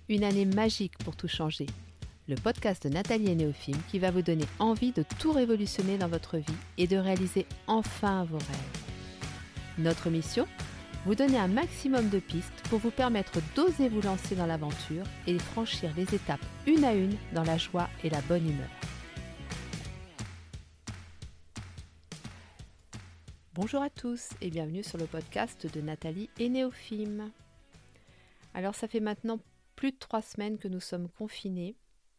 Une année magique pour tout changer. Le podcast de Nathalie et Néophime qui va vous donner envie de tout révolutionner dans votre vie et de réaliser enfin vos rêves. Notre mission ? Vous donner un maximum de pistes pour vous permettre d'oser vous lancer dans l'aventure et franchir les étapes une à une dans la joie et la bonne humeur. Bonjour à tous et bienvenue sur le podcast de Nathalie et Néophime. Alors ça fait maintenant plus de 3 semaines que nous sommes confinés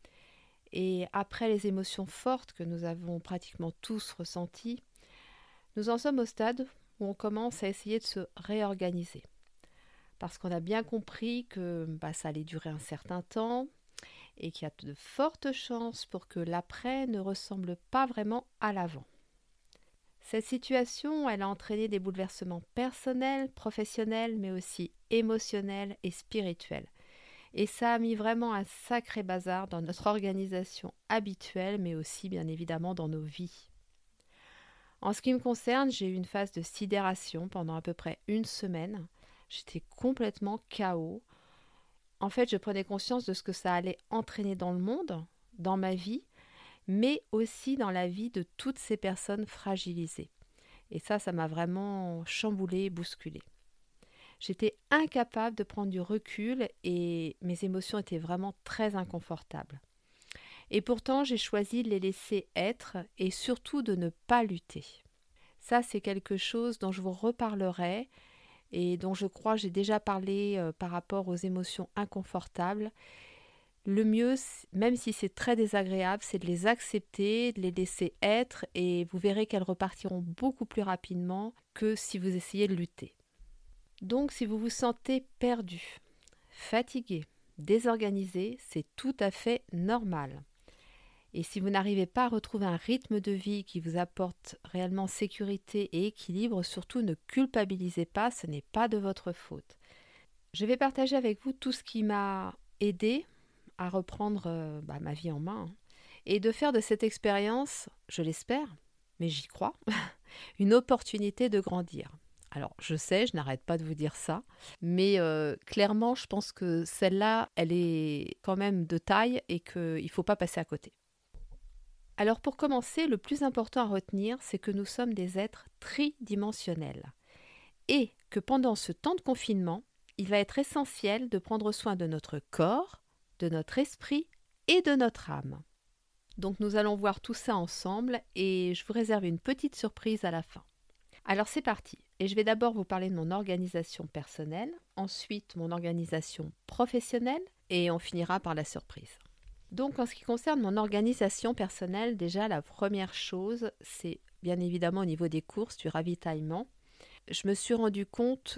et après les émotions fortes que nous avons pratiquement tous ressenties, nous en sommes au stade où on commence à essayer de se réorganiser. Parce qu'on a bien compris que ça allait durer un certain temps et qu'il y a de fortes chances pour que l'après ne ressemble pas vraiment à l'avant. Cette situation, elle a entraîné des bouleversements personnels, professionnels, mais aussi émotionnels et spirituels. Et ça a mis vraiment un sacré bazar dans notre organisation habituelle, mais aussi bien évidemment dans nos vies. En ce qui me concerne, j'ai eu une phase de sidération pendant à peu près 1 semaine. J'étais complètement KO. En fait, je prenais conscience de ce que ça allait entraîner dans le monde, dans ma vie, mais aussi dans la vie de toutes ces personnes fragilisées. Et ça m'a vraiment chamboulée, bousculée. J'étais incapable de prendre du recul et mes émotions étaient vraiment très inconfortables. Et pourtant, j'ai choisi de les laisser être et surtout de ne pas lutter. Ça, c'est quelque chose dont je vous reparlerai et dont je crois j'ai déjà parlé par rapport aux émotions inconfortables. Le mieux, même si c'est très désagréable, c'est de les accepter, de les laisser être et vous verrez qu'elles repartiront beaucoup plus rapidement que si vous essayez de lutter. Donc, si vous vous sentez perdu, fatigué, désorganisé, c'est tout à fait normal. Et si vous n'arrivez pas à retrouver un rythme de vie qui vous apporte réellement sécurité et équilibre, surtout ne culpabilisez pas, ce n'est pas de votre faute. Je vais partager avec vous tout ce qui m'a aidé à reprendre ma vie en main et de faire de cette expérience, je l'espère, mais j'y crois, une opportunité de grandir. Alors, je sais, je n'arrête pas de vous dire ça, mais clairement, je pense que celle-là, elle est quand même de taille et qu'il ne faut pas passer à côté. Alors, pour commencer, le plus important à retenir, c'est que nous sommes des êtres tridimensionnels et que pendant ce temps de confinement, il va être essentiel de prendre soin de notre corps, de notre esprit et de notre âme. Donc, nous allons voir tout ça ensemble et je vous réserve une petite surprise à la fin. Alors c'est parti, et je vais d'abord vous parler de mon organisation personnelle, ensuite mon organisation professionnelle, et on finira par la surprise. Donc en ce qui concerne mon organisation personnelle, déjà la première chose, c'est bien évidemment au niveau des courses, du ravitaillement. Je me suis rendu compte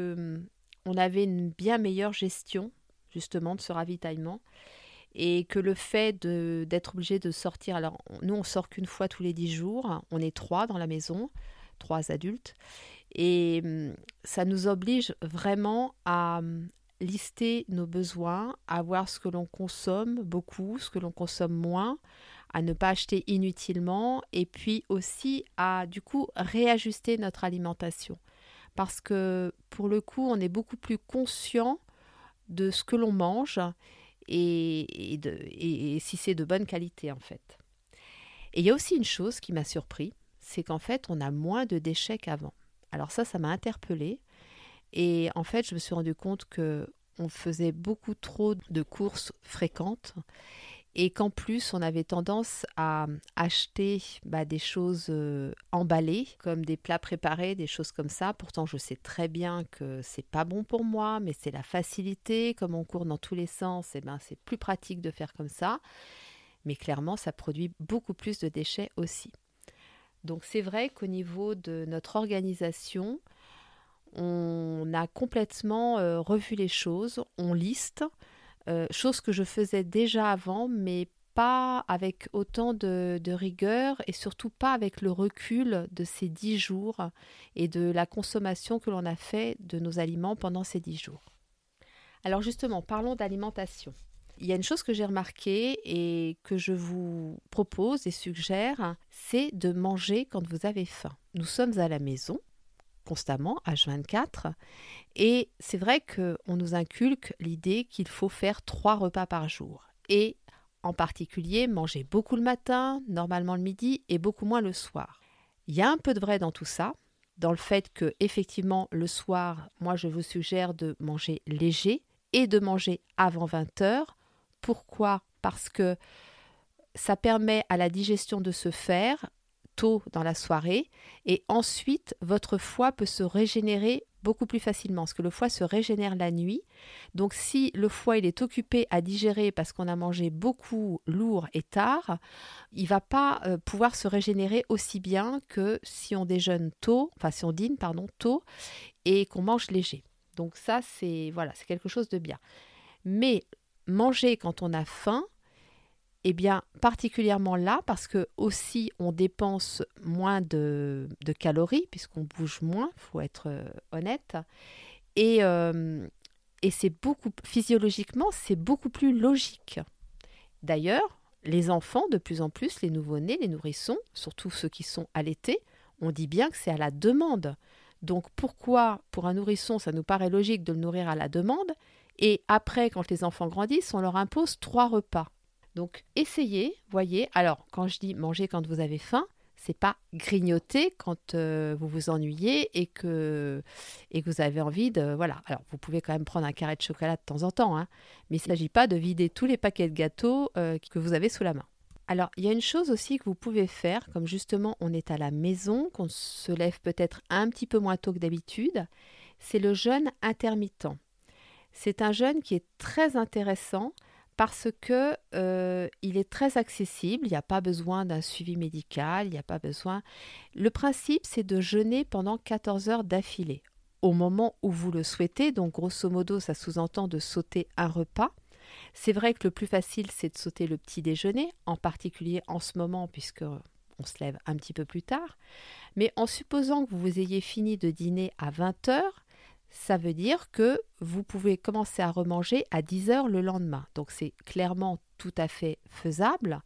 qu'on avait une bien meilleure gestion justement de ce ravitaillement, et que le fait d'être obligé de sortir, alors nous on sort qu'une fois tous les 10 jours, on est 3 dans la maison, 3 adultes, et ça nous oblige vraiment à lister nos besoins, à voir ce que l'on consomme beaucoup, ce que l'on consomme moins, à ne pas acheter inutilement et puis aussi à du coup réajuster notre alimentation. Parce que pour le coup, on est beaucoup plus conscient de ce que l'on mange et si c'est de bonne qualité en fait. Et il y a aussi une chose qui m'a surpris, c'est qu'en fait, on a moins de déchets qu'avant. Alors ça m'a interpellée. Et en fait, je me suis rendu compte qu'on faisait beaucoup trop de courses fréquentes et qu'en plus, on avait tendance à acheter des choses emballées, comme des plats préparés, des choses comme ça. Pourtant, je sais très bien que c'est pas bon pour moi, mais c'est la facilité. Comme on court dans tous les sens, c'est plus pratique de faire comme ça. Mais clairement, ça produit beaucoup plus de déchets aussi. Donc c'est vrai qu'au niveau de notre organisation, on a complètement revu les choses, on liste, chose que je faisais déjà avant, mais pas avec autant de rigueur et surtout pas avec le recul de ces 10 jours et de la consommation que l'on a fait de nos aliments pendant ces 10 jours. Alors justement, parlons d'alimentation. Il y a une chose que j'ai remarquée et que je vous propose et suggère, c'est de manger quand vous avez faim. Nous sommes à la maison, constamment, H24. Et c'est vrai qu'on nous inculque l'idée qu'il faut faire 3 repas par jour. Et en particulier, manger beaucoup le matin, normalement le midi et beaucoup moins le soir. Il y a un peu de vrai dans tout ça, dans le fait que effectivement le soir, moi je vous suggère de manger léger et de manger avant 20 heures. Pourquoi ? Parce que ça permet à la digestion de se faire tôt dans la soirée et ensuite votre foie peut se régénérer beaucoup plus facilement parce que le foie se régénère la nuit. Donc si le foie il est occupé à digérer parce qu'on a mangé beaucoup lourd et tard, il ne va pas pouvoir se régénérer aussi bien que si on déjeune tôt, enfin si on dîne tôt et qu'on mange léger. Donc ça c'est quelque chose de bien. Mais manger quand on a faim, eh bien, particulièrement là, parce que aussi on dépense moins de calories, puisqu'on bouge moins, il faut être honnête. Et c'est physiologiquement, c'est beaucoup plus logique. D'ailleurs, les enfants, de plus en plus, les nouveau-nés, les nourrissons, surtout ceux qui sont allaités, on dit bien que c'est à la demande. Donc pourquoi, pour un nourrisson, ça nous paraît logique de le nourrir à la demande, et après, quand les enfants grandissent, on leur impose 3 repas. Donc, essayez, voyez. Alors, quand je dis manger quand vous avez faim, c'est pas grignoter quand vous vous ennuyez et que vous avez envie de... Voilà. Alors, vous pouvez quand même prendre un carré de chocolat de temps en temps, hein, mais il ne s'agit pas de vider tous les paquets de gâteaux que vous avez sous la main. Alors, il y a une chose aussi que vous pouvez faire, comme justement on est à la maison, qu'on se lève peut-être un petit peu moins tôt que d'habitude, c'est le jeûne intermittent. C'est un jeûne qui est très intéressant parce que il est très accessible, il n'y a pas besoin d'un suivi médical, il n'y a pas besoin... Le principe, c'est de jeûner pendant 14 heures d'affilée, au moment où vous le souhaitez, donc grosso modo, ça sous-entend de sauter un repas. C'est vrai que le plus facile, c'est de sauter le petit déjeuner, en particulier en ce moment, puisqu'on se lève un petit peu plus tard. Mais en supposant que vous ayez fini de dîner à 20 heures, ça veut dire que vous pouvez commencer à remanger à 10 heures le lendemain. Donc c'est clairement tout à fait faisable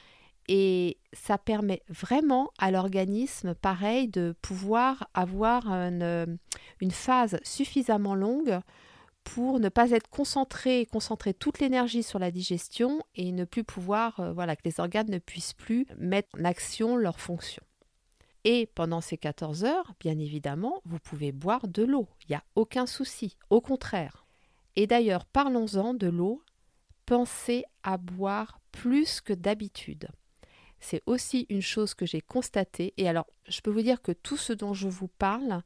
et ça permet vraiment à l'organisme, pareil, de pouvoir avoir une phase suffisamment longue pour ne pas être concentrer toute l'énergie sur la digestion et ne plus pouvoir, que les organes ne puissent plus mettre en action leurs fonctions. Et pendant ces 14 heures, bien évidemment, vous pouvez boire de l'eau. Il n'y a aucun souci, au contraire. Et d'ailleurs, parlons-en de l'eau. Pensez à boire plus que d'habitude. C'est aussi une chose que j'ai constatée. Et alors, je peux vous dire que tout ce dont je vous parle,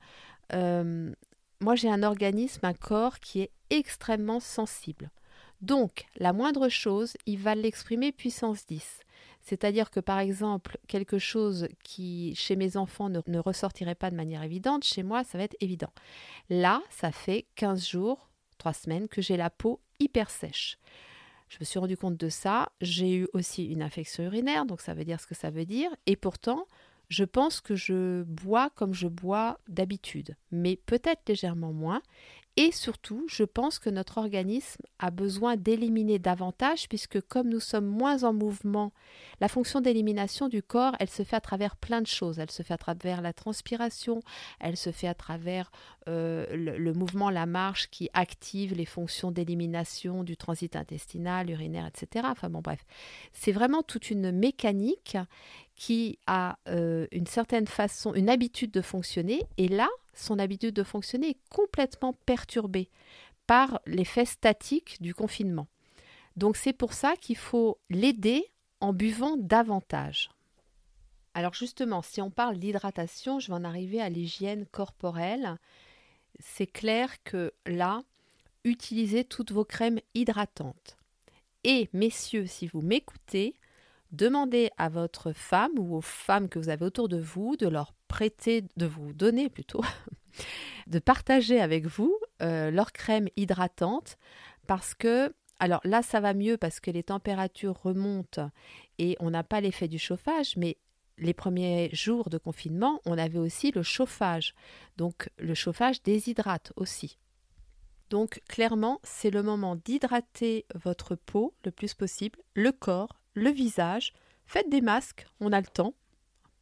moi j'ai un organisme, un corps qui est extrêmement sensible. Donc, la moindre chose, il va l'exprimer puissance 10. C'est-à-dire que, par exemple, quelque chose qui, chez mes enfants, ne ressortirait pas de manière évidente, chez moi, ça va être évident. Là, ça fait 15 jours, 3 semaines, que j'ai la peau hyper sèche. Je me suis rendu compte de ça. J'ai eu aussi une infection urinaire, donc ça veut dire ce que ça veut dire. Et pourtant, je pense que je bois comme je bois d'habitude, mais peut-être légèrement moins. Et surtout, je pense que notre organisme a besoin d'éliminer davantage puisque comme nous sommes moins en mouvement, la fonction d'élimination du corps, elle se fait à travers plein de choses. Elle se fait à travers la transpiration, elle se fait à travers le mouvement, la marche qui active les fonctions d'élimination du transit intestinal, urinaire, etc. Enfin bon, bref, c'est vraiment toute une mécanique qui a une certaine façon, une habitude de fonctionner. Et là, son habitude de fonctionner est complètement perturbée par l'effet statique du confinement. Donc c'est pour ça qu'il faut l'aider en buvant davantage. Alors justement, si on parle d'hydratation, je vais en arriver à l'hygiène corporelle. C'est clair que là, utilisez toutes vos crèmes hydratantes. Et messieurs, si vous m'écoutez, demandez à votre femme ou aux femmes que vous avez autour de vous de leur prêter, de vous donner plutôt, de partager avec vous leur crème hydratante parce que, alors là ça va mieux parce que les températures remontent et on n'a pas l'effet du chauffage, mais les premiers jours de confinement, on avait aussi le chauffage. Donc le chauffage déshydrate aussi. Donc clairement, c'est le moment d'hydrater votre peau le plus possible, le corps, le visage. Faites des masques, on a le temps.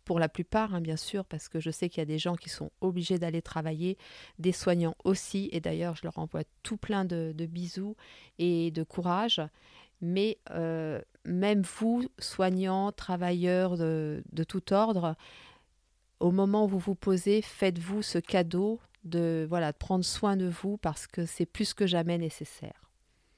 pour la plupart, hein, bien sûr, parce que je sais qu'il y a des gens qui sont obligés d'aller travailler, des soignants aussi, et d'ailleurs je leur envoie tout plein de bisous et de courage. Mais même vous, soignants, travailleurs de tout ordre, au moment où vous vous posez, faites-vous ce cadeau de prendre soin de vous parce que c'est plus que jamais nécessaire.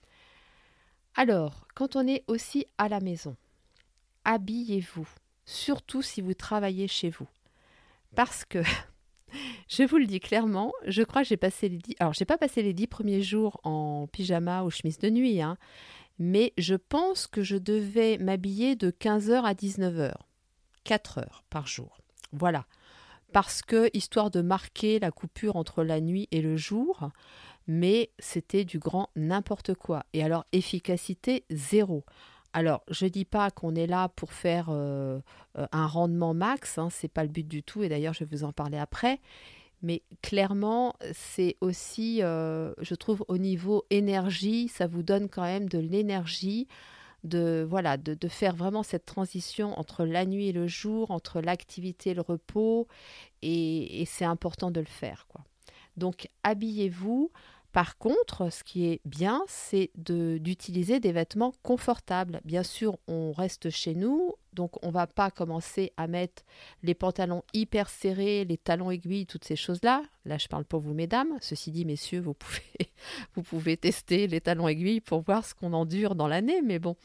Alors, quand on est aussi à la maison, habillez-vous, surtout si vous travaillez chez vous. Parce que, je vous le dis clairement, je crois que j'ai passé j'ai pas passé les 10 premiers jours en pyjama ou chemise de nuit, hein, mais je pense que je devais m'habiller de 15 heures à 19 heures, 4 heures par jour. Voilà. Parce que, histoire de marquer la coupure entre la nuit et le jour, mais c'était du grand n'importe quoi. Et alors, efficacité zéro. Alors, je ne dis pas qu'on est là pour faire un rendement max, hein, c'est pas le but du tout, et d'ailleurs, je vais vous en parler après. Mais clairement, c'est aussi, je trouve, au niveau énergie, ça vous donne quand même de l'énergie de faire vraiment cette transition entre la nuit et le jour, entre l'activité et le repos, et c'est important de le faire, quoi. Donc, habillez-vous. Par contre, ce qui est bien, c'est d'utiliser des vêtements confortables. Bien sûr, on reste chez nous, donc on ne va pas commencer à mettre les pantalons hyper serrés, les talons aiguilles, toutes ces choses-là. Là, je parle pour vous, mesdames. Ceci dit, messieurs, vous pouvez tester les talons aiguilles pour voir ce qu'on endure dans l'année, mais bon.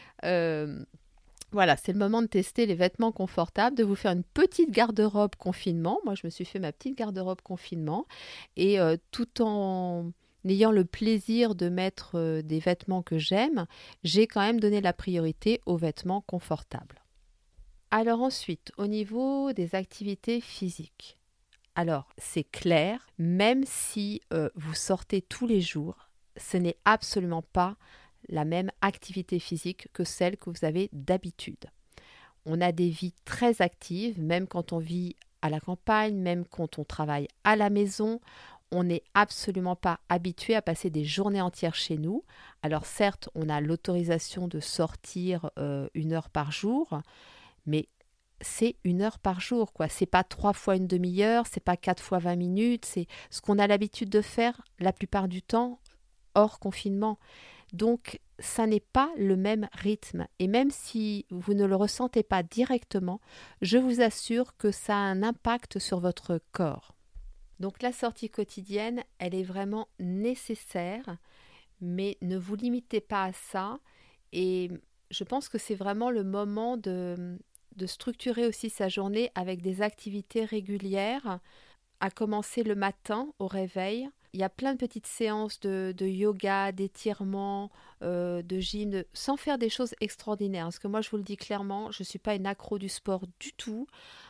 Voilà, c'est le moment de tester les vêtements confortables, de vous faire une petite garde-robe confinement. Moi, je me suis fait ma petite garde-robe confinement. Et tout en ayant le plaisir de mettre des vêtements que j'aime, j'ai quand même donné la priorité aux vêtements confortables. Alors ensuite, au niveau des activités physiques. Alors, c'est clair, même si vous sortez tous les jours, ce n'est absolument pas la même activité physique que celle que vous avez d'habitude. On a des vies très actives, même quand on vit à la campagne, même quand on travaille à la maison. On n'est absolument pas habitué à passer des journées entières chez nous. Alors certes, on a l'autorisation de sortir 1 heure par jour, mais c'est 1 heure par jour, quoi. C'est pas 3 fois une demi-heure, c'est pas 4 fois 20 minutes, c'est ce qu'on a l'habitude de faire la plupart du temps hors confinement. Donc, ça n'est pas le même rythme. Et même si vous ne le ressentez pas directement, je vous assure que ça a un impact sur votre corps. Donc, la sortie quotidienne, elle est vraiment nécessaire, mais ne vous limitez pas à ça. Et je pense que c'est vraiment le moment de structurer aussi sa journée avec des activités régulières, à commencer le matin au réveil. Il y a plein de petites séances de yoga, d'étirements, de gym, sans faire des choses extraordinaires. Parce que moi, je vous le dis clairement, je ne suis pas une accro du sport du tout.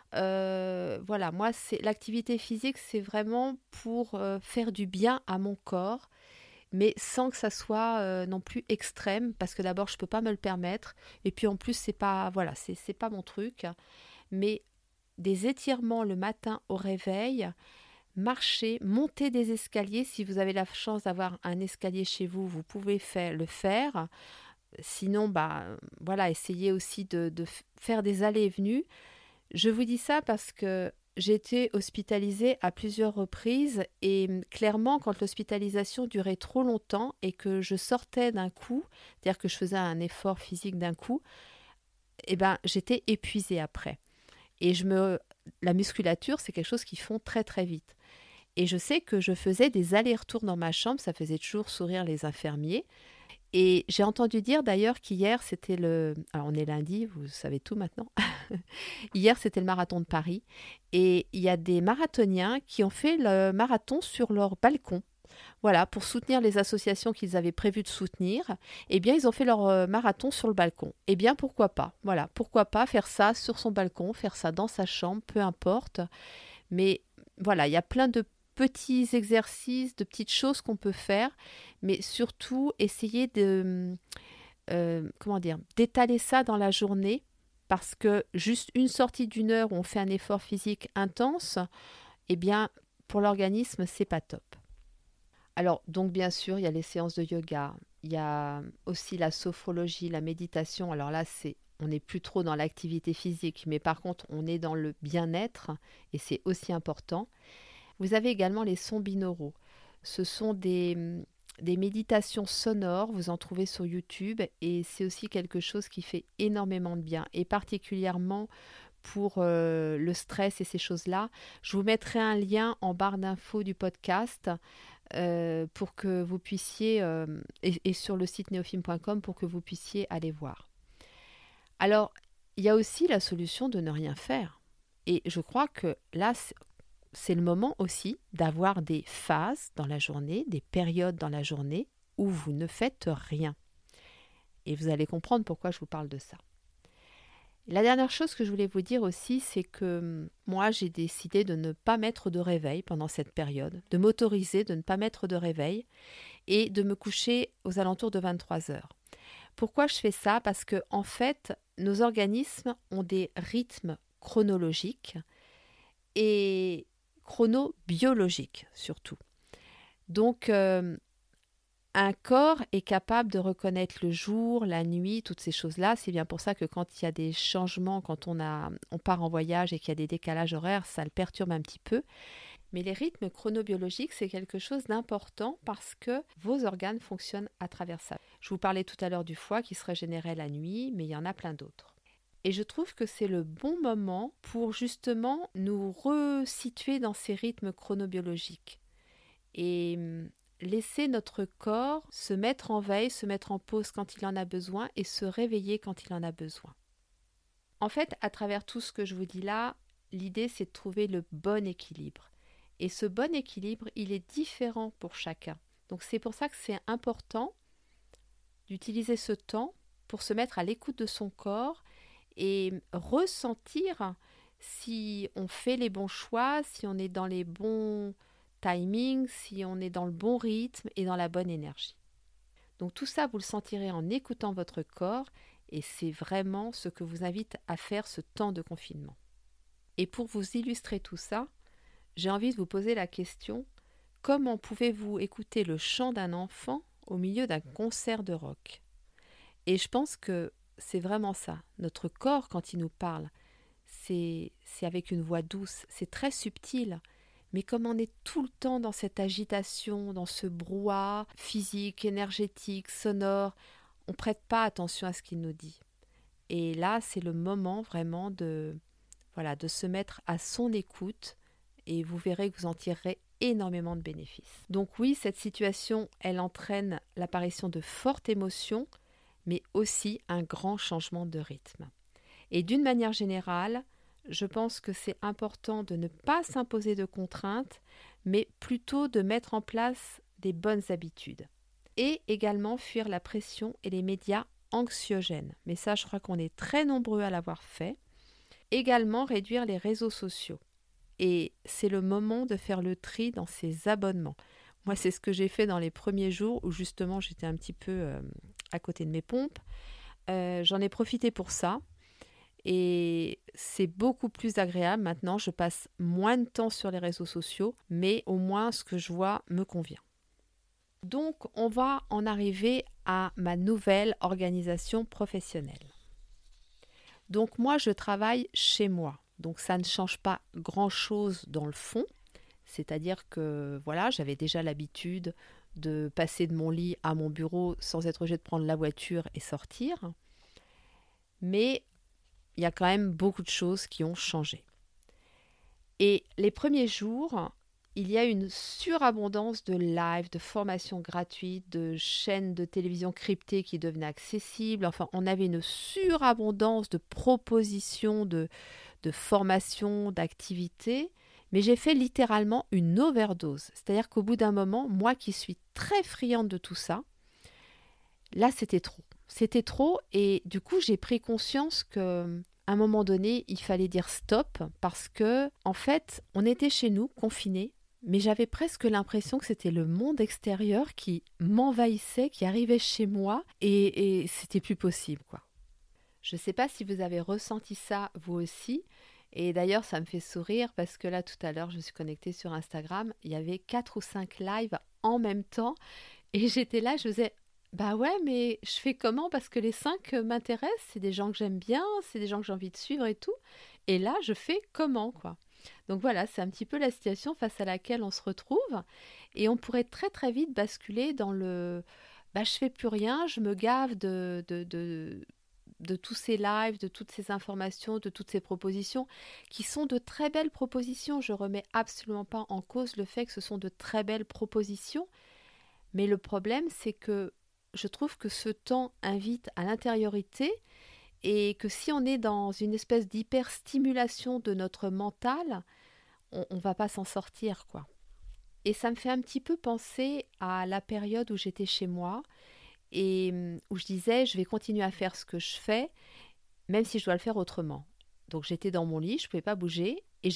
Moi, l'activité physique, c'est vraiment pour faire du bien à mon corps, mais sans que ça soit non plus extrême, parce que d'abord, je ne peux pas me le permettre. Et puis en plus, c'est pas mon truc. Mais des étirements le matin au réveil, marcher, monter des escaliers. Si vous avez la chance d'avoir un escalier chez vous, vous pouvez le faire. Sinon, essayez aussi de faire des allées et venues. Je vous dis ça parce que j'ai été hospitalisée à plusieurs reprises et clairement, quand l'hospitalisation durait trop longtemps et que je sortais d'un coup, c'est-à-dire que je faisais un effort physique d'un coup, j'étais épuisée après. Et la musculature, c'est quelque chose qui fond très très vite. Et je sais que je faisais des allers-retours dans ma chambre, ça faisait toujours sourire les infirmiers. Et j'ai entendu dire d'ailleurs qu'hier, c'était alors on est lundi, vous savez tout maintenant. Hier, c'était le marathon de Paris. Et il y a des marathoniens qui ont fait le marathon sur leur balcon. Voilà, pour soutenir les associations qu'ils avaient prévu de soutenir, ils ont fait leur marathon sur le balcon. Pourquoi pas? Voilà, pourquoi pas faire ça sur son balcon, faire ça dans sa chambre, peu importe. Mais voilà, il y a plein de petits exercices, de petites choses qu'on peut faire, mais surtout essayer d'étaler ça dans la journée, parce que juste une sortie d'1 heure où on fait un effort physique intense, pour l'organisme, c'est pas top. Alors, donc bien sûr, il y a les séances de yoga, il y a aussi la sophrologie, la méditation. Alors là, on n'est plus trop dans l'activité physique, mais par contre, on est dans le bien-être et c'est aussi important. Vous avez également les sons binauraux. Ce sont des méditations sonores, vous en trouvez sur YouTube et c'est aussi quelque chose qui fait énormément de bien et particulièrement pour le stress et ces choses-là. Je vous mettrai un lien en barre d'infos du podcast pour que vous puissiez, et sur le site neofilm.com pour que vous puissiez aller voir. Alors, il y a aussi la solution de ne rien faire. Et je crois que là, c'est le moment aussi d'avoir des phases dans la journée, des périodes dans la journée où vous ne faites rien. Et vous allez comprendre pourquoi je vous parle de ça. La dernière chose que je voulais vous dire aussi, c'est que moi, j'ai décidé de ne pas mettre de réveil pendant cette période, de m'autoriser de ne pas mettre de réveil et de me coucher aux alentours de 23 heures. Pourquoi je fais ça? Parce que en fait, nos organismes ont des rythmes chronologiques et chronobiologiques surtout. Donc, un corps est capable de reconnaître le jour, la nuit, toutes ces choses-là. C'est bien pour ça que quand il y a des changements, quand on part en voyage et qu'il y a des décalages horaires, ça le perturbe un petit peu. Mais les rythmes chronobiologiques, c'est quelque chose d'important parce que vos organes fonctionnent à travers ça. Je vous parlais tout à l'heure du foie qui se régénérait la nuit, mais il y en a plein d'autres. Et je trouve que c'est le bon moment pour justement nous resituer dans ces rythmes chronobiologiques. Et laisser notre corps se mettre en veille, se mettre en pause quand il en a besoin et se réveiller quand il en a besoin. En fait, à travers tout ce que je vous dis là, l'idée c'est de trouver le bon équilibre. Et ce bon équilibre, il est différent pour chacun. Donc c'est pour ça que c'est important d'utiliser ce temps pour se mettre à l'écoute de son corps et ressentir si on fait les bons choix, si on est dans les bons timing, si on est dans le bon rythme et dans la bonne énergie. Donc tout ça, vous le sentirez en écoutant votre corps et c'est vraiment ce que vous invite à faire ce temps de confinement. Et pour vous illustrer tout ça, j'ai envie de vous poser la question, comment pouvez-vous écouter le chant d'un enfant au milieu d'un concert de rock? Et je pense que c'est vraiment ça. Notre corps, quand il nous parle, c'est avec une voix douce, c'est très subtil. Mais comme on est tout le temps dans cette agitation, dans ce brouhaha physique, énergétique, sonore, on ne prête pas attention à ce qu'il nous dit. Et là, c'est le moment vraiment de se mettre à son écoute et vous verrez que vous en tirerez énormément de bénéfices. Donc oui, cette situation, elle entraîne l'apparition de fortes émotions, mais aussi un grand changement de rythme. Et d'une manière générale, je pense que c'est important de ne pas s'imposer de contraintes, mais plutôt de mettre en place des bonnes habitudes. Et également fuir la pression et les médias anxiogènes. Mais ça, je crois qu'on est très nombreux à l'avoir fait. Également réduire les réseaux sociaux. Et c'est le moment de faire le tri dans ses abonnements. Moi, c'est ce que j'ai fait dans les premiers jours où justement j'étais un petit peu à côté de mes pompes. J'en ai profité pour ça. Et c'est beaucoup plus agréable. Maintenant, je passe moins de temps sur les réseaux sociaux, mais au moins ce que je vois me convient. Donc, on va en arriver à ma nouvelle organisation professionnelle. Donc, moi, je travaille chez moi. Donc, ça ne change pas grand-chose dans le fond. C'est-à-dire que, voilà, j'avais déjà l'habitude de passer de mon lit à mon bureau sans être obligée de prendre la voiture et sortir. Mais il y a quand même beaucoup de choses qui ont changé. Et les premiers jours, il y a une surabondance de lives, de formations gratuites, de chaînes de télévision cryptées qui devenaient accessibles. Enfin, on avait une surabondance de propositions, de formations, d'activités. Mais j'ai fait littéralement une overdose. C'est-à-dire qu'au bout d'un moment, moi qui suis très friande de tout ça, là, c'était trop. C'était trop et du coup, j'ai pris conscience que à un moment donné, il fallait dire stop parce que, en fait, on était chez nous, confinés, mais j'avais presque l'impression que c'était le monde extérieur qui m'envahissait, qui arrivait chez moi et c'était plus possible, quoi. Je ne sais pas si vous avez ressenti ça, vous aussi. Et d'ailleurs, ça me fait sourire parce que là, tout à l'heure, je me suis connectée sur Instagram. Il y avait 4 ou 5 lives en même temps. Et j'étais là, je faisais Bah ouais, mais je fais comment? Parce que les 5 m'intéressent, c'est des gens que j'aime bien, c'est des gens que j'ai envie de suivre et tout. Et là, je fais comment, quoi? Donc voilà, c'est un petit peu la situation face à laquelle on se retrouve. Et on pourrait très très vite basculer dans le bah je fais plus rien, je me gave de tous ces lives, de toutes ces informations, de toutes ces propositions, qui sont de très belles propositions. Je remets absolument pas en cause le fait que ce sont de très belles propositions. Mais le problème, c'est que je trouve que ce temps invite à l'intériorité et que si on est dans une espèce d'hyperstimulation de notre mental, on ne va pas s'en sortir, quoi. Et ça me fait un petit peu penser à la période où j'étais chez moi et où je disais je vais continuer à faire ce que je fais, même si je dois le faire autrement. Donc j'étais dans mon lit, je ne pouvais pas bouger et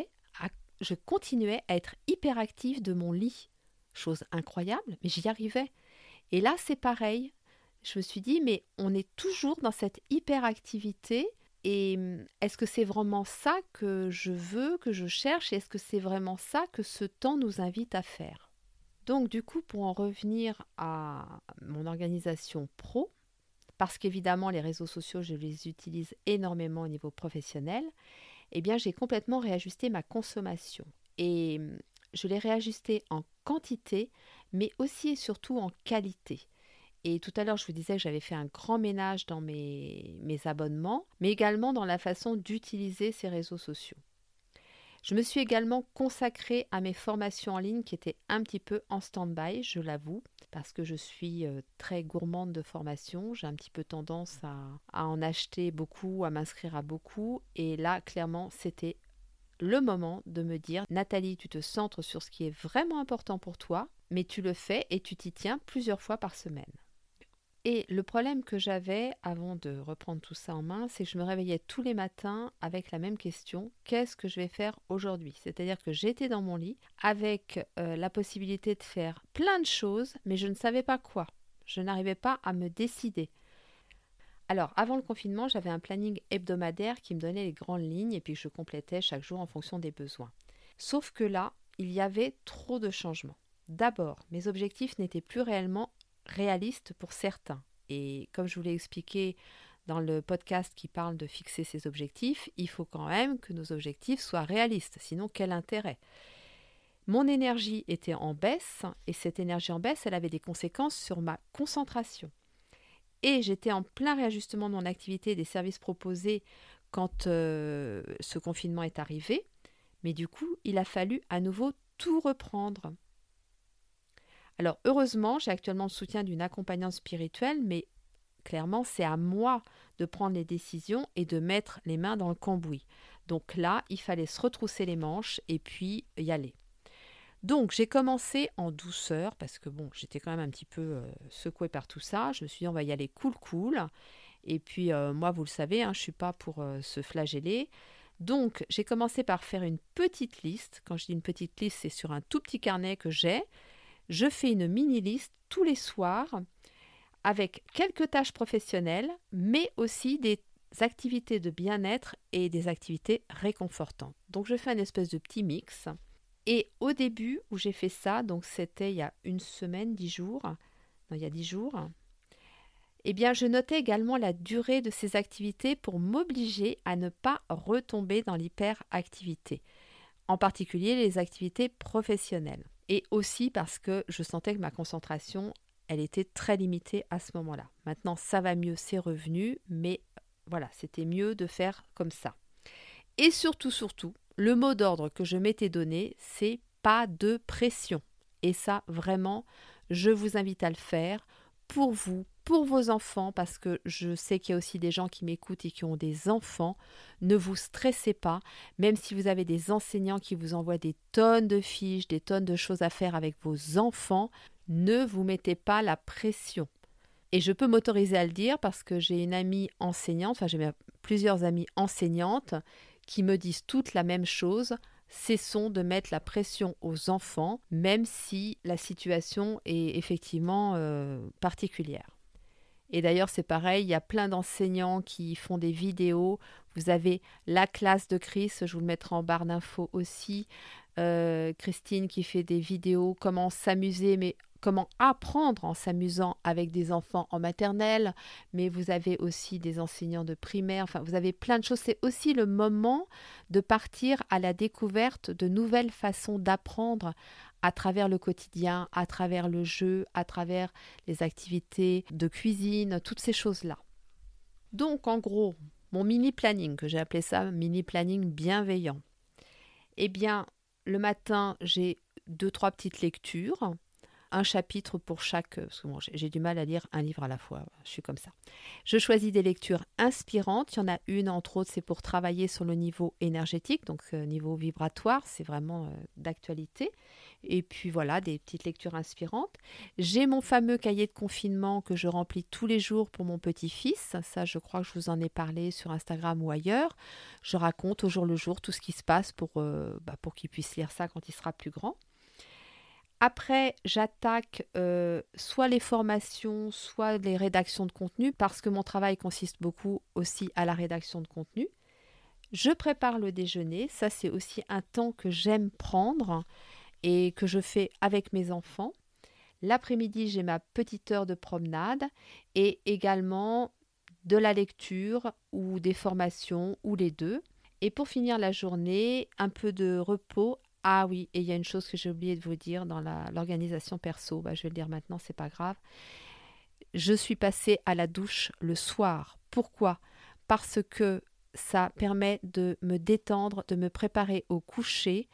je continuais à être hyperactive de mon lit. Chose incroyable, mais j'y arrivais. Et là, c'est pareil. Je me suis dit, mais on est toujours dans cette hyperactivité. Et est-ce que c'est vraiment ça que je veux, que je cherche? Et est-ce que c'est vraiment ça que ce temps nous invite à faire? Donc, du coup, pour en revenir à mon organisation pro, parce qu'évidemment, les réseaux sociaux, je les utilise énormément au niveau professionnel, eh bien, j'ai complètement réajusté ma consommation. Et je l'ai réajustée en quantité, mais aussi et surtout en qualité. Et tout à l'heure, je vous disais que j'avais fait un grand ménage dans mes abonnements, mais également dans la façon d'utiliser ces réseaux sociaux. Je me suis également consacrée à mes formations en ligne qui étaient un petit peu en stand-by, je l'avoue, parce que je suis très gourmande de formation. J'ai un petit peu tendance à en acheter beaucoup, à m'inscrire à beaucoup. Et là, clairement, c'était le moment de me dire, Nathalie, tu te centres sur ce qui est vraiment important pour toi, mais tu le fais et tu t'y tiens plusieurs fois par semaine. Et le problème que j'avais avant de reprendre tout ça en main, c'est que je me réveillais tous les matins avec la même question, qu'est-ce que je vais faire aujourd'hui? C'est-à-dire que j'étais dans mon lit avec la possibilité de faire plein de choses, mais je ne savais pas quoi. Je n'arrivais pas à me décider. Alors, avant le confinement, j'avais un planning hebdomadaire qui me donnait les grandes lignes et puis je complétais chaque jour en fonction des besoins. Sauf que là, il y avait trop de changements. D'abord, mes objectifs n'étaient plus réellement réalistes pour certains. Et comme je vous l'ai expliqué dans le podcast qui parle de fixer ses objectifs, il faut quand même que nos objectifs soient réalistes, sinon quel intérêt? Mon énergie était en baisse et cette énergie en baisse, elle avait des conséquences sur ma concentration. Et j'étais en plein réajustement de mon activité et des services proposés quand ce confinement est arrivé. Mais du coup, il a fallu à nouveau tout reprendre. Alors heureusement, j'ai actuellement le soutien d'une accompagnante spirituelle, mais clairement, c'est à moi de prendre les décisions et de mettre les mains dans le cambouis. Donc là, il fallait se retrousser les manches et puis y aller. Donc j'ai commencé en douceur parce que bon, j'étais quand même un petit peu secouée par tout ça. Je me suis dit on va y aller cool. Et puis moi, vous le savez, je ne suis pas pour se flageller. Donc j'ai commencé par faire une petite liste. Quand je dis une petite liste, c'est sur un tout petit carnet que j'ai. Je fais une mini-liste tous les soirs avec quelques tâches professionnelles, mais aussi des activités de bien-être et des activités réconfortantes. Donc je fais un espèce de petit mix. Et au début où j'ai fait ça, donc c'était il y a une semaine, 10 jours, non, il y a 10 jours, eh bien je notais également la durée de ces activités pour m'obliger à ne pas retomber dans l'hyperactivité, en particulier les activités professionnelles. Et aussi parce que je sentais que ma concentration, elle était très limitée à ce moment-là. Maintenant, ça va mieux, c'est revenu, mais voilà, c'était mieux de faire comme ça. Et surtout, le mot d'ordre que je m'étais donné, c'est pas de pression. Et ça, vraiment, je vous invite à le faire pour vous, pour vos enfants, parce que je sais qu'il y a aussi des gens qui m'écoutent et qui ont des enfants. Ne vous stressez pas, même si vous avez des enseignants qui vous envoient des tonnes de fiches, des tonnes de choses à faire avec vos enfants, ne vous mettez pas la pression. Et je peux m'autoriser à le dire parce que j'ai une amie enseignante, enfin j'ai plusieurs amies enseignantes qui me disent toutes la même chose, cessons de mettre la pression aux enfants, même si la situation est effectivement particulière. Et d'ailleurs, c'est pareil, il y a plein d'enseignants qui font des vidéos. Vous avez la classe de Chris, je vous le mettrai en barre d'infos aussi. Christine qui fait des vidéos, comment s'amuser, mais comment apprendre en s'amusant avec des enfants en maternelle, mais vous avez aussi des enseignants de primaire, enfin vous avez plein de choses. C'est aussi le moment de partir à la découverte de nouvelles façons d'apprendre à travers le quotidien, à travers le jeu, à travers les activités de cuisine, toutes ces choses-là. Donc en gros, mon mini planning, que j'ai appelé ça mini planning bienveillant, eh bien le matin j'ai 2-3 petites lectures, un chapitre pour chaque, parce que bon, j'ai du mal à lire un livre à la fois, je suis comme ça. Je choisis des lectures inspirantes, il y en a une entre autres, c'est pour travailler sur le niveau énergétique, donc niveau vibratoire, c'est vraiment d'actualité. Et puis voilà, des petites lectures inspirantes. J'ai mon fameux cahier de confinement que je remplis tous les jours pour mon petit-fils, ça je crois que je vous en ai parlé sur Instagram ou ailleurs. Je raconte au jour le jour tout ce qui se passe pour qu'il puisse lire ça quand il sera plus grand. Après, j'attaque soit les formations, soit les rédactions de contenu, parce que mon travail consiste beaucoup aussi à la rédaction de contenu. Je prépare le déjeuner, ça c'est aussi un temps que j'aime prendre et que je fais avec mes enfants. L'après-midi, j'ai ma petite heure de promenade et également de la lecture ou des formations ou les deux. Et pour finir la journée, un peu de repos. Ah oui, et il y a une chose que j'ai oublié de vous dire dans l'organisation perso, je vais le dire maintenant, c'est pas grave. Je suis passée à la douche le soir. Pourquoi ? Parce que ça permet de me détendre, de me préparer au coucher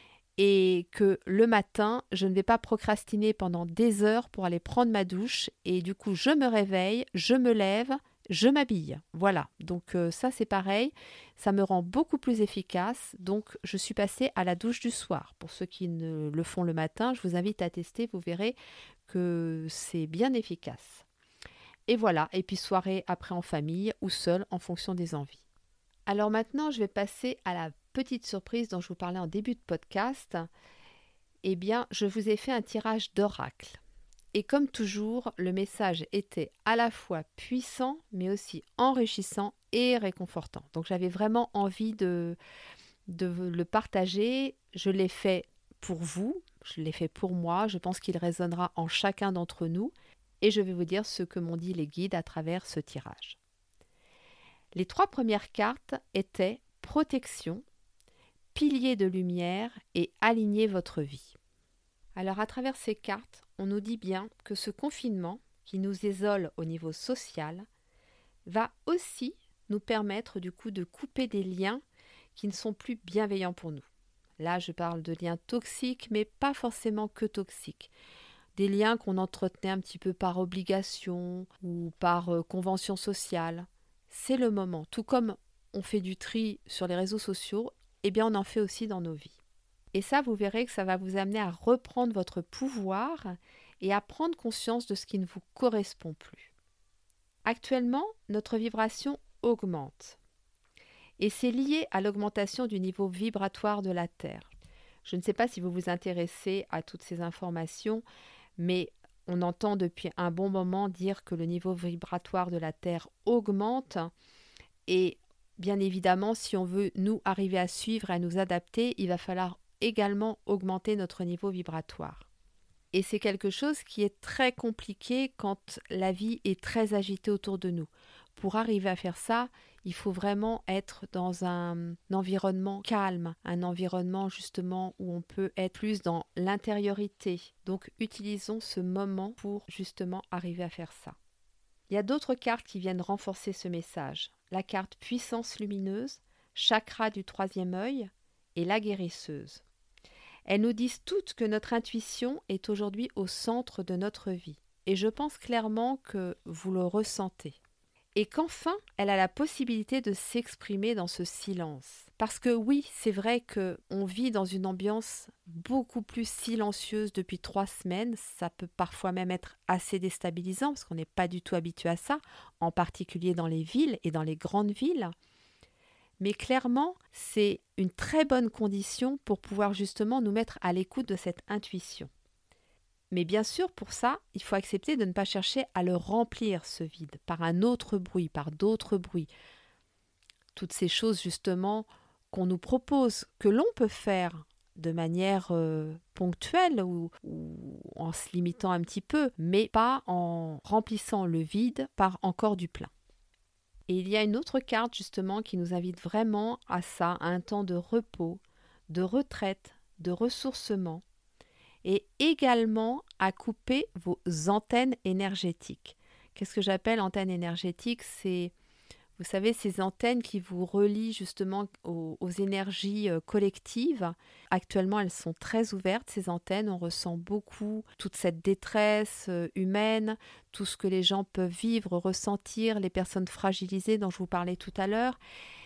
et que le matin, je ne vais pas procrastiner pendant des heures pour aller prendre ma douche et du coup, je me réveille, je me lève, je m'habille. Voilà, donc ça c'est pareil, ça me rend beaucoup plus efficace. Donc je suis passée à la douche du soir. Pour ceux qui ne le font le matin, je vous invite à tester, vous verrez que c'est bien efficace. Et voilà, et puis soirée après en famille ou seule en fonction des envies. Alors maintenant, je vais passer à la petite surprise dont je vous parlais en début de podcast. Eh bien, je vous ai fait un tirage d'oracle. Et comme toujours, le message était à la fois puissant, mais aussi enrichissant et réconfortant. Donc j'avais vraiment envie de le partager. Je l'ai fait pour vous, je l'ai fait pour moi. Je pense qu'il résonnera en chacun d'entre nous. Et je vais vous dire ce que m'ont dit les guides à travers ce tirage. Les 3 premières cartes étaient protection, pilier de lumière et aligner votre vie. Alors à travers ces cartes, on nous dit bien que ce confinement, qui nous isole au niveau social, va aussi nous permettre du coup de couper des liens qui ne sont plus bienveillants pour nous. Là, je parle de liens toxiques, mais pas forcément que toxiques. Des liens qu'on entretenait un petit peu par obligation ou par convention sociale. C'est le moment. Tout comme on fait du tri sur les réseaux sociaux, eh bien on en fait aussi dans nos vies. Et ça, vous verrez que ça va vous amener à reprendre votre pouvoir et à prendre conscience de ce qui ne vous correspond plus. Actuellement, notre vibration augmente. Et c'est lié à l'augmentation du niveau vibratoire de la Terre. Je ne sais pas si vous vous intéressez à toutes ces informations, mais on entend depuis un bon moment dire que le niveau vibratoire de la Terre augmente. Et bien évidemment, si on veut nous arriver à suivre et à nous adapter, il va falloir également augmenter notre niveau vibratoire. Et c'est quelque chose qui est très compliqué quand la vie est très agitée autour de nous. Pour arriver à faire ça, il faut vraiment être dans un environnement calme, un environnement justement où on peut être plus dans l'intériorité. Donc utilisons ce moment pour justement arriver à faire ça. Il y a d'autres cartes qui viennent renforcer ce message. La carte puissance lumineuse, chakra du 3e œil et la guérisseuse. Elles nous disent toutes que notre intuition est aujourd'hui au centre de notre vie. Et je pense clairement que vous le ressentez. Et qu'enfin, elle a la possibilité de s'exprimer dans ce silence. Parce que oui, c'est vrai qu'on vit dans une ambiance beaucoup plus silencieuse depuis 3 semaines. Ça peut parfois même être assez déstabilisant parce qu'on n'est pas du tout habitué à ça, en particulier dans les villes et dans les grandes villes. Mais clairement, c'est une très bonne condition pour pouvoir justement nous mettre à l'écoute de cette intuition. Mais bien sûr, pour ça, il faut accepter de ne pas chercher à le remplir, ce vide, par un autre bruit, par d'autres bruits. Toutes ces choses, justement, qu'on nous propose, que l'on peut faire de manière ponctuelle ou en se limitant un petit peu, mais pas en remplissant le vide par encore du plein. Et il y a une autre carte justement qui nous invite vraiment à ça, à un temps de repos, de retraite, de ressourcement et également à couper vos antennes énergétiques. Qu'est-ce que j'appelle antenne énergétique? C'est, vous savez, ces antennes qui vous relient justement aux énergies collectives. Actuellement, elles sont très ouvertes, ces antennes. On ressent beaucoup toute cette détresse humaine, tout ce que les gens peuvent vivre, ressentir, les personnes fragilisées dont je vous parlais tout à l'heure.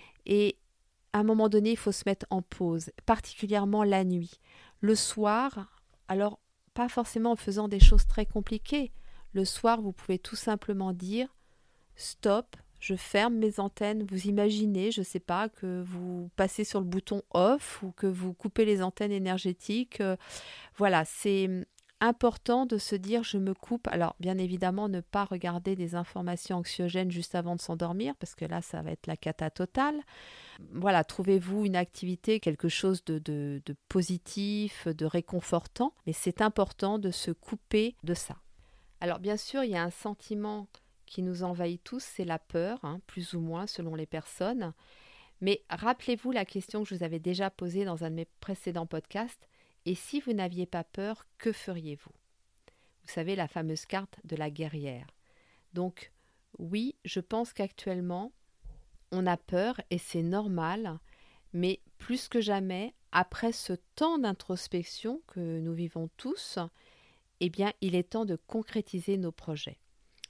Et à un moment donné, il faut se mettre en pause, particulièrement la nuit. Le soir, alors pas forcément en faisant des choses très compliquées. Le soir, vous pouvez tout simplement dire « Stop ». Je ferme mes antennes. Vous imaginez, je ne sais pas, que vous passez sur le bouton off ou que vous coupez les antennes énergétiques. Voilà, c'est important de se dire je me coupe. Alors, bien évidemment, ne pas regarder des informations anxiogènes juste avant de s'endormir parce que là, ça va être la cata totale. Voilà, trouvez-vous une activité, quelque chose de positif, de réconfortant, mais c'est important de se couper de ça. Alors, bien sûr, il y a un sentiment qui nous envahit tous, c'est la peur, plus ou moins selon les personnes. Mais rappelez-vous la question que je vous avais déjà posée dans un de mes précédents podcasts. Et si vous n'aviez pas peur, que feriez-vous? Vous savez, la fameuse carte de la guerrière. Donc, oui, je pense qu'actuellement, on a peur et c'est normal, mais plus que jamais, après ce temps d'introspection que nous vivons tous, eh bien, il est temps de concrétiser nos projets.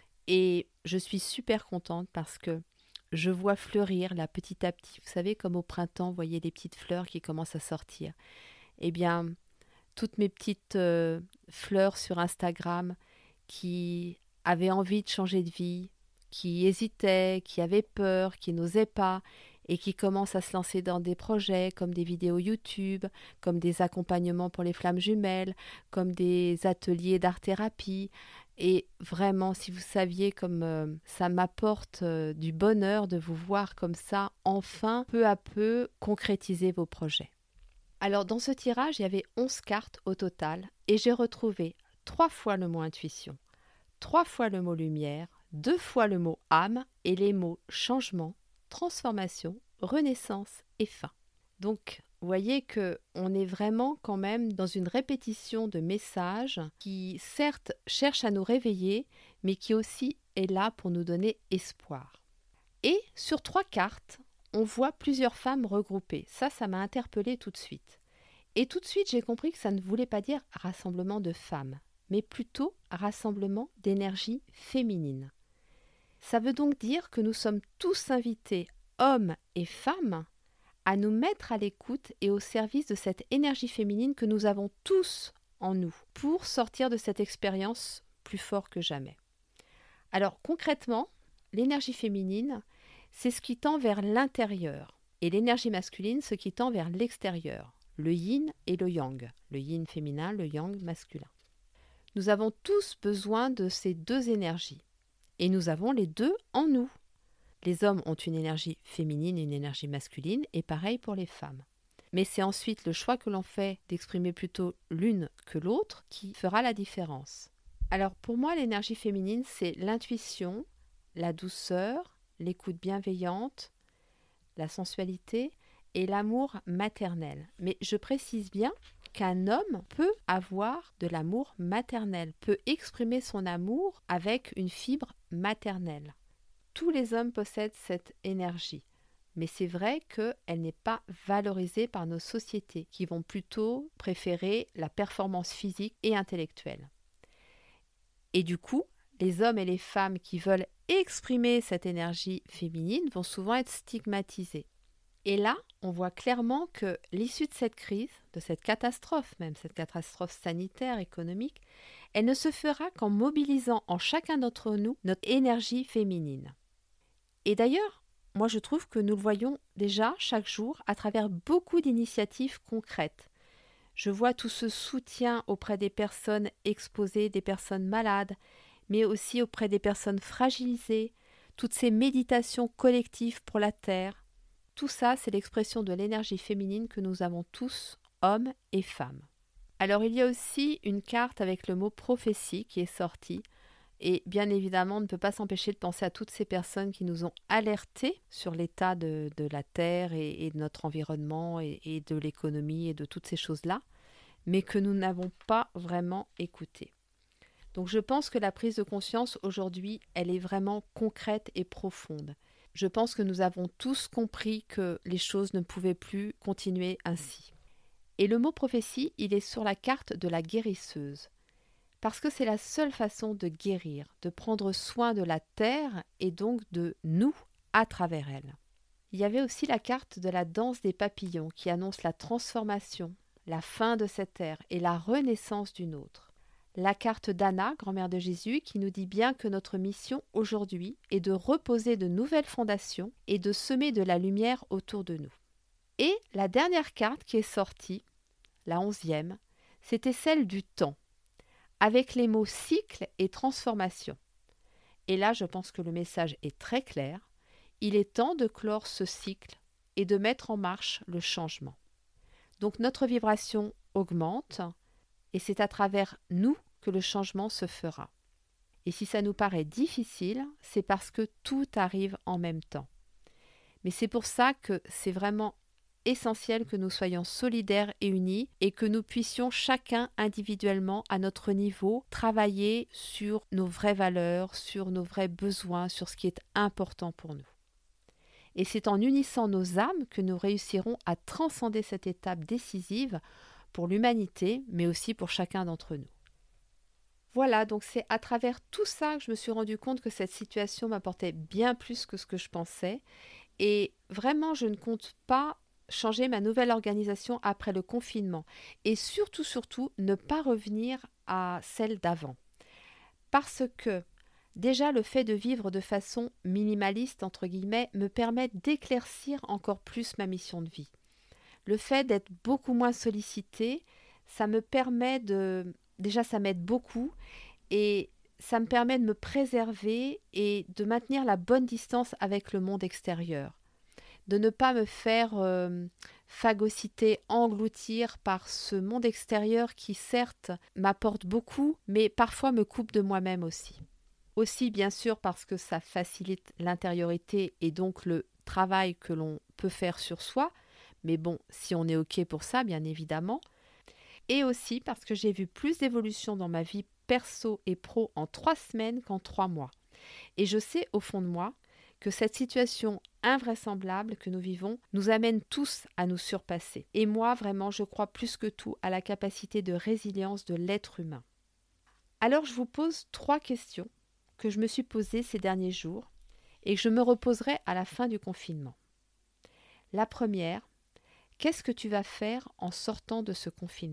Et je suis super contente parce que je vois fleurir là petit à petit. Vous savez, comme au printemps, vous voyez les petites fleurs qui commencent à sortir. Eh bien, toutes mes petites fleurs sur Instagram qui avaient envie de changer de vie, qui hésitaient, qui avaient peur, qui n'osaient pas et qui commencent à se lancer dans des projets comme des vidéos YouTube, comme des accompagnements pour les flammes jumelles, comme des ateliers d'art-thérapie. Et vraiment, si vous saviez comme ça m'apporte du bonheur de vous voir comme ça, enfin, peu à peu, concrétiser vos projets. Alors, dans ce tirage, il y avait 11 cartes au total et j'ai retrouvé 3 fois le mot intuition, 3 fois le mot lumière, 2 fois le mot âme et les mots changement, transformation, renaissance et fin. Donc, vous voyez qu'on est vraiment quand même dans une répétition de messages qui, certes, cherchent à nous réveiller, mais qui aussi est là pour nous donner espoir. Et sur 3 cartes, on voit plusieurs femmes regroupées. Ça m'a interpellée tout de suite. Et tout de suite, j'ai compris que ça ne voulait pas dire rassemblement de femmes, mais plutôt rassemblement d'énergie féminine. Ça veut donc dire que nous sommes tous invités, hommes et femmes, à nous mettre à l'écoute et au service de cette énergie féminine que nous avons tous en nous pour sortir de cette expérience plus fort que jamais. Alors concrètement, l'énergie féminine, c'est ce qui tend vers l'intérieur et l'énergie masculine, ce qui tend vers l'extérieur, le yin et le yang, le yin féminin, le yang masculin. Nous avons tous besoin de ces deux énergies et nous avons les deux en nous. Les hommes ont une énergie féminine et une énergie masculine, et pareil pour les femmes. Mais c'est ensuite le choix que l'on fait d'exprimer plutôt l'une que l'autre qui fera la différence. Alors pour moi, l'énergie féminine, c'est l'intuition, la douceur, l'écoute bienveillante, la sensualité et l'amour maternel. Mais je précise bien qu'un homme peut avoir de l'amour maternel, peut exprimer son amour avec une fibre maternelle. Tous les hommes possèdent cette énergie, mais c'est vrai qu'elle n'est pas valorisée par nos sociétés qui vont plutôt préférer la performance physique et intellectuelle. Et du coup, les hommes et les femmes qui veulent exprimer cette énergie féminine vont souvent être stigmatisés. Et là, on voit clairement que l'issue de cette crise, de cette catastrophe même, cette catastrophe sanitaire, économique, elle ne se fera qu'en mobilisant en chacun d'entre nous notre énergie féminine. Et d'ailleurs, moi je trouve que nous le voyons déjà chaque jour à travers beaucoup d'initiatives concrètes. Je vois tout ce soutien auprès des personnes exposées, des personnes malades, mais aussi auprès des personnes fragilisées, toutes ces méditations collectives pour la Terre. Tout ça, c'est l'expression de l'énergie féminine que nous avons tous hommes et femmes. Alors il y a aussi une carte avec le mot prophétie qui est sortie. Et bien évidemment, on ne peut pas s'empêcher de penser à toutes ces personnes qui nous ont alertés sur l'état de la Terre et de notre environnement et de l'économie et de toutes ces choses-là, mais que nous n'avons pas vraiment écoutées. Donc je pense que la prise de conscience aujourd'hui, elle est vraiment concrète et profonde. Je pense que nous avons tous compris que les choses ne pouvaient plus continuer ainsi. Et le mot prophétie, il est sur la carte de la guérisseuse. Parce que c'est la seule façon de guérir, de prendre soin de la terre et donc de nous à travers elle. Il y avait aussi la carte de la danse des papillons qui annonce la transformation, la fin de cette ère et la renaissance d'une autre. La carte d'Anna, grand-mère de Jésus, qui nous dit bien que notre mission aujourd'hui est de reposer de nouvelles fondations et de semer de la lumière autour de nous. Et la dernière carte qui est sortie, la 11e, c'était celle du temps, avec les mots cycle et transformation. Et là, je pense que le message est très clair. Il est temps de clore ce cycle et de mettre en marche le changement. Donc notre vibration augmente et c'est à travers nous que le changement se fera. Et si ça nous paraît difficile, c'est parce que tout arrive en même temps. Mais c'est pour ça que c'est vraiment essentiel que nous soyons solidaires et unis et que nous puissions chacun individuellement à notre niveau travailler sur nos vraies valeurs, sur nos vrais besoins, sur ce qui est important pour nous. Et c'est en unissant nos âmes que nous réussirons à transcender cette étape décisive pour l'humanité, mais aussi pour chacun d'entre nous. Voilà, donc c'est à travers tout ça que je me suis rendu compte que cette situation m'apportait bien plus que ce que je pensais. Et vraiment, je ne compte pas changer ma nouvelle organisation après le confinement et surtout ne pas revenir à celle d'avant. Parce que déjà le fait de vivre de façon minimaliste entre guillemets me permet d'éclaircir encore plus ma mission de vie. Le fait d'être beaucoup moins sollicitée, ça me permet déjà ça m'aide beaucoup et ça me permet de me préserver et de maintenir la bonne distance avec le monde extérieur. De ne pas me faire phagocyter, engloutir par ce monde extérieur qui certes m'apporte beaucoup, mais parfois me coupe de moi-même aussi. Aussi bien sûr parce que ça facilite l'intériorité et donc le travail que l'on peut faire sur soi, mais bon, si on est OK pour ça, bien évidemment. Et aussi parce que j'ai vu plus d'évolution dans ma vie perso et pro en 3 semaines qu'en 3 mois. Et je sais au fond de moi que cette situation invraisemblable que nous vivons nous amène tous à nous surpasser. Et moi, vraiment, je crois plus que tout à la capacité de résilience de l'être humain. Alors, je vous pose 3 questions que je me suis posées ces derniers jours et que je me reposerai à la fin du confinement. La première, qu'est-ce que tu vas faire en sortant de ce confinement ?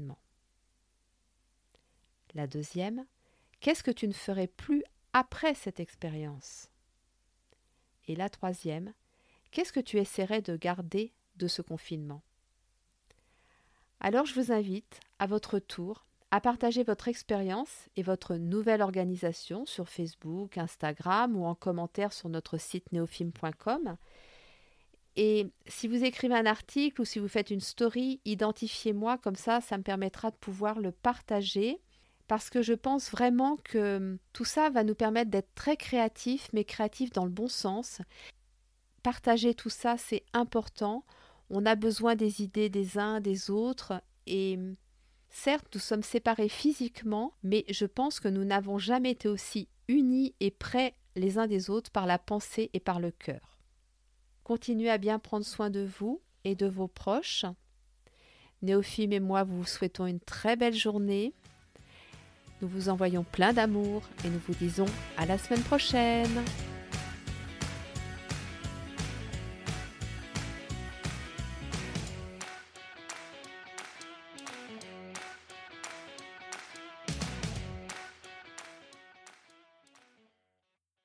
La deuxième, qu'est-ce que tu ne ferais plus après cette expérience ? Et la troisième, qu'est-ce que tu essaierais de garder de ce confinement ? Alors je vous invite, à votre tour, à partager votre expérience et votre nouvelle organisation sur Facebook, Instagram ou en commentaire sur notre site neofilm.com. Et si vous écrivez un article ou si vous faites une story, identifiez-moi, comme ça me permettra de pouvoir le partager. Parce que je pense vraiment que tout ça va nous permettre d'être très créatifs, mais créatifs dans le bon sens. Partager tout ça, c'est important. On a besoin des idées des uns, des autres. Et certes, nous sommes séparés physiquement, mais je pense que nous n'avons jamais été aussi unis et près les uns des autres par la pensée et par le cœur. Continuez à bien prendre soin de vous et de vos proches. Néophime et moi vous souhaitons une très belle journée. Nous vous envoyons plein d'amour et nous vous disons à la semaine prochaine.